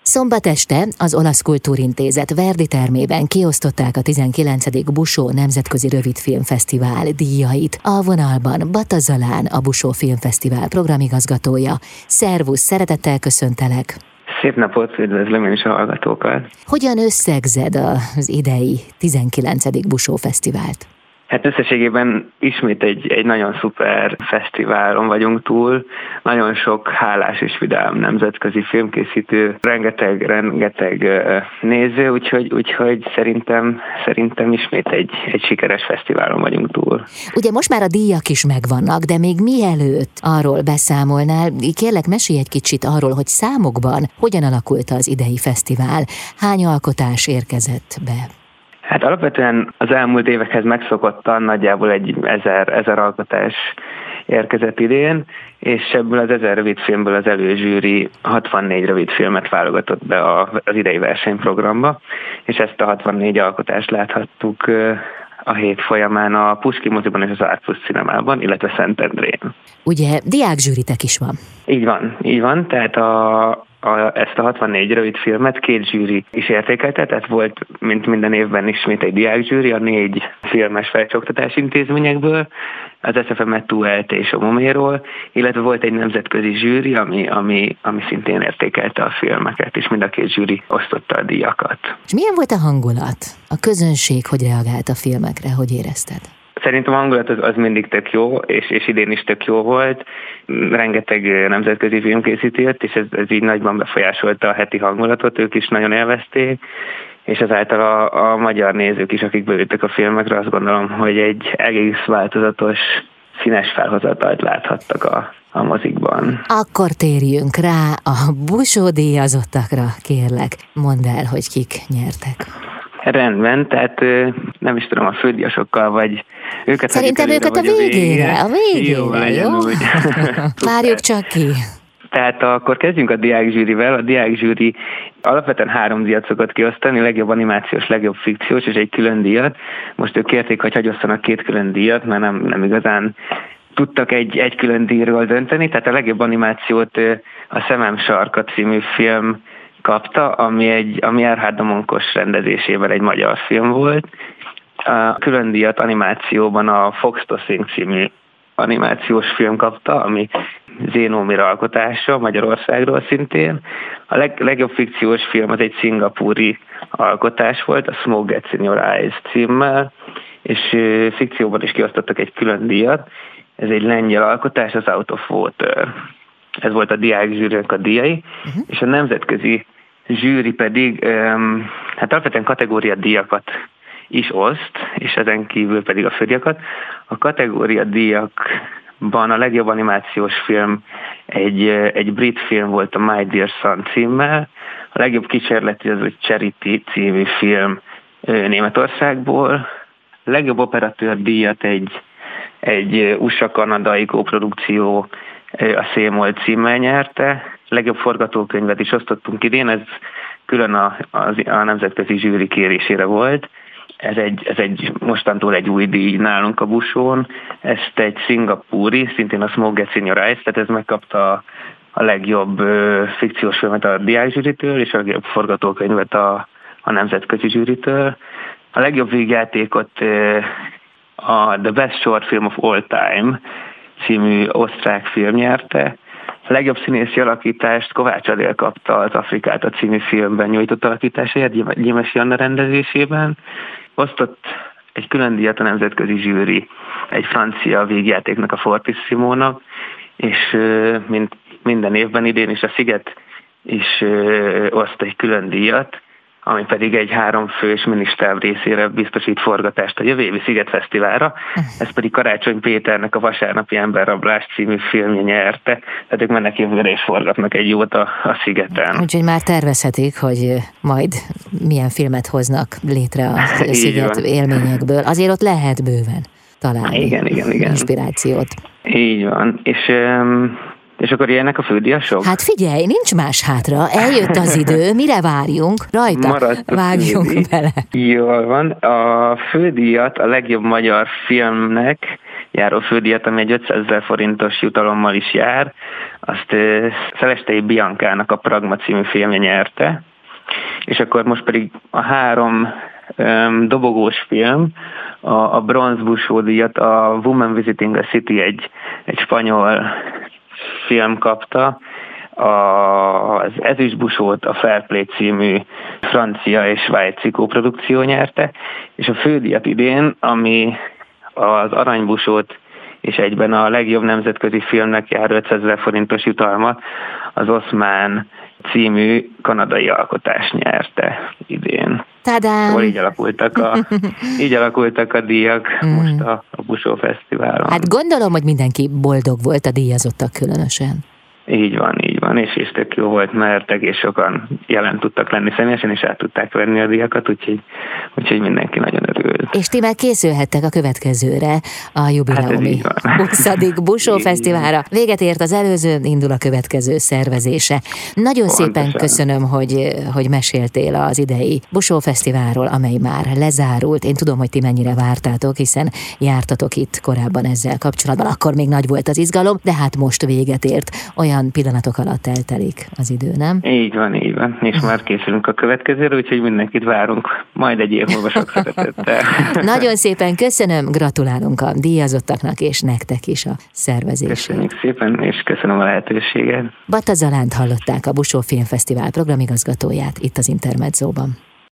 Szombat este az Olasz Kultúrintézet Verdi termében kiosztották a 19. Busó Nemzetközi Rövidfilmfesztivál díjait. A vonalban Bata Zalán, a Busó Filmfesztivál programigazgatója. Szervusz, szeretettel köszöntelek! Szép napot, üdvözlöm én is a hallgatókat! Hogyan összegzed az idei 19. Busó Fesztivált? Hát összességében ismét egy nagyon szuper fesztiválon vagyunk túl, nagyon sok hálás és vidám nemzetközi filmkészítő, rengeteg néző, úgyhogy szerintem ismét egy sikeres fesztiválon vagyunk túl. Ugye most már a díjak is megvannak, de még mielőtt arról beszámolnál, kérlek mesélj egy kicsit arról, hogy számokban hogyan alakult az idei fesztivál, hány alkotás érkezett be? Hát alapvetően az elmúlt évekhez megszokottan nagyjából egy 1000 alkotás érkezett idén, és ebből az 1000 rövidfilmből az előzsűri 64 rövidfilmet válogatott be az idei versenyprogramba, és ezt a 64 alkotást láthattuk a hét folyamán a Pushkin moziban és az Art Plus cinemában, illetve Szentendrén. Ugye diákzsűritek is van? Így van, tehát ezt a 64 rövidfilmet 2 zsűri is értékelte, tehát volt, mint minden évben ismét egy diákzsűri a 4 filmes felsőoktatási intézményekből, az SFM-ETU, ELTE és a MOMÉ-ról, illetve volt egy nemzetközi zsűri, ami szintén értékelte a filmeket, és mind a 2 zsűri osztotta a díjakat. És milyen volt a hangulat? A közönség hogy reagált a filmekre, hogy érezted? Szerintem a hangulat az mindig tök jó, és idén is tök jó volt. Rengeteg nemzetközi filmkészítő jött, és ez így nagyban befolyásolta a heti hangulatot, ők is nagyon élvezték, és ezáltal a magyar nézők is, akik beültek a filmekre, azt gondolom, hogy egy egész változatos, színes felhozatalt láthattak a mozikban. Akkor térjünk rá a Busó díjazottakra, kérlek. Mondd el, hogy kik nyertek. Rendben, tehát nem is tudom, a fődíjasokkal, vagy őket... Szerintem őket a végére, jó? Várjuk csak ki. Tehát akkor kezdjünk a diákzsűrivel. A diákzsűri alapvetően 3 díjat szokott kiosztani, legjobb animációs, legjobb fikciós, és egy külön díjat. Most ők kérték, hogy hagyosszanak 2 külön díjat, mert nem igazán tudtak egy külön díjról dönteni. Tehát a legjobb animációt a Szemem sarka című film kapta, ami Erhard Domonkos rendezésével egy magyar film volt. A külön díjat animációban a Fox Tossing című animációs film kapta, ami Zénó Mira alkotása Magyarországról szintén. A legjobb fikciós film az egy szingapúri alkotás volt, a Smoke Gets in Your Eyes címmel, és fikcióban is kiosztottak egy külön díjat. Ez egy lengyel alkotás, az Out of Water. Ez volt a diákzsűrinek a díjai, és a nemzetközi zsűri pedig hát alapvetően kategória díjakat is oszt, és ezen kívül pedig a fődíjakat. A kategória díjakban a legjobb animációs film egy brit film volt, a My Dear Son címmel, a legjobb kísérleti az egy Charity című film Németországból, a legjobb operatőr díjat egy USA-kanadai kóprodukció a Szémol címmel nyerte. Legjobb forgatókönyvet is osztottunk idén, ez külön a nemzetközi zsűri kérésére volt. Ez egy mostantól egy új díj nálunk a Busón. Ezt egy szingapúri, szintén a Smoke Gets in Your Eyes, tehát ez megkapta a legjobb fikciós filmet a diákzsűritől, és a legjobb forgatókönyvet a nemzetközi zsűritől. A legjobb végjátékot a The Best Short Film of All Time című osztrák film nyerte. A legjobb színészi alakítást Kovács Adél kapta az Afrikát a című filmben nyújtott alakításáért, Gyimesi Anna rendezésében. Osztott egy külön díjat a nemzetközi zsűri egy francia végjátéknak, a Fortissimo-nak, és mint minden évben idén is a Sziget is oszt egy külön díjat, ami pedig egy 3 fős ministáb részére biztosít forgatást a jövő évi Sziget Fesztiválra. Ez pedig Karácsony Péternek a Vasárnapi emberrablás című filmje nyerte, tehát ők mennek jövőre és forgatnak egy jót a Szigeten. Úgyhogy már tervezhetik, hogy majd milyen filmet hoznak létre a Sziget élményekből. Azért ott lehet bőven találni igen. inspirációt. Így van, és akkor ilyenek a fődíjasok? Hát figyelj, nincs más hátra, eljött az idő, mire várjunk? Rajta vágjunk bele. Jól van, a fődíjat a legjobb magyar filmnek járó fődíjat, ami egy 500 000 forintos jutalommal is jár. Azt Szelestei Biankának a Pragma című filmje nyerte. És akkor most pedig a 3 dobogós film, a Bronze Busó díjat a Woman Visiting a City egy spanyol film kapta, az Ezüstbusót a Fair Play című francia és svájci koprodukció nyerte, és a fődíjat idén, ami az Aranybusót és egyben a legjobb nemzetközi filmnek jár 500 000 forintos jutalmat, az Oszmán című kanadai alkotás nyerte idén. Tadám! Szóval így alakultak a díjak most a Busó Fesztiválon. Hát gondolom, hogy mindenki boldog volt, a díjazottak különösen. Így van, és tök jó volt, mert egész sokan jelen tudtak lenni személyesen, és át tudták venni a díjakat, úgyhogy mindenki nagyon örült. És ti már készülhettek a következőre, a jubileumi 20. Busó Fesztiválra. Véget ért az előző, indul a következő szervezése. Nagyon szépen köszönöm, hogy meséltél az idei Busó Fesztiválról, amely már lezárult. Én tudom, hogy ti mennyire vártátok, hiszen jártatok itt korábban ezzel kapcsolatban, akkor még nagy volt az izgalom, de hát most véget ért. Olyan pillanatok alatt eltelik az idő, nem? Így van. És már készülünk a következőre, úgyhogy mindenkit várunk. Majd egy év múlva sok szeretettel. Nagyon szépen köszönöm, gratulálunk a díjazottaknak, és nektek is a szervezésre. Köszönjük szépen, és köszönöm a lehetőséget. Bata Zalánt hallották, a Busó Filmfesztivál programigazgatóját itt az Intermedzóban.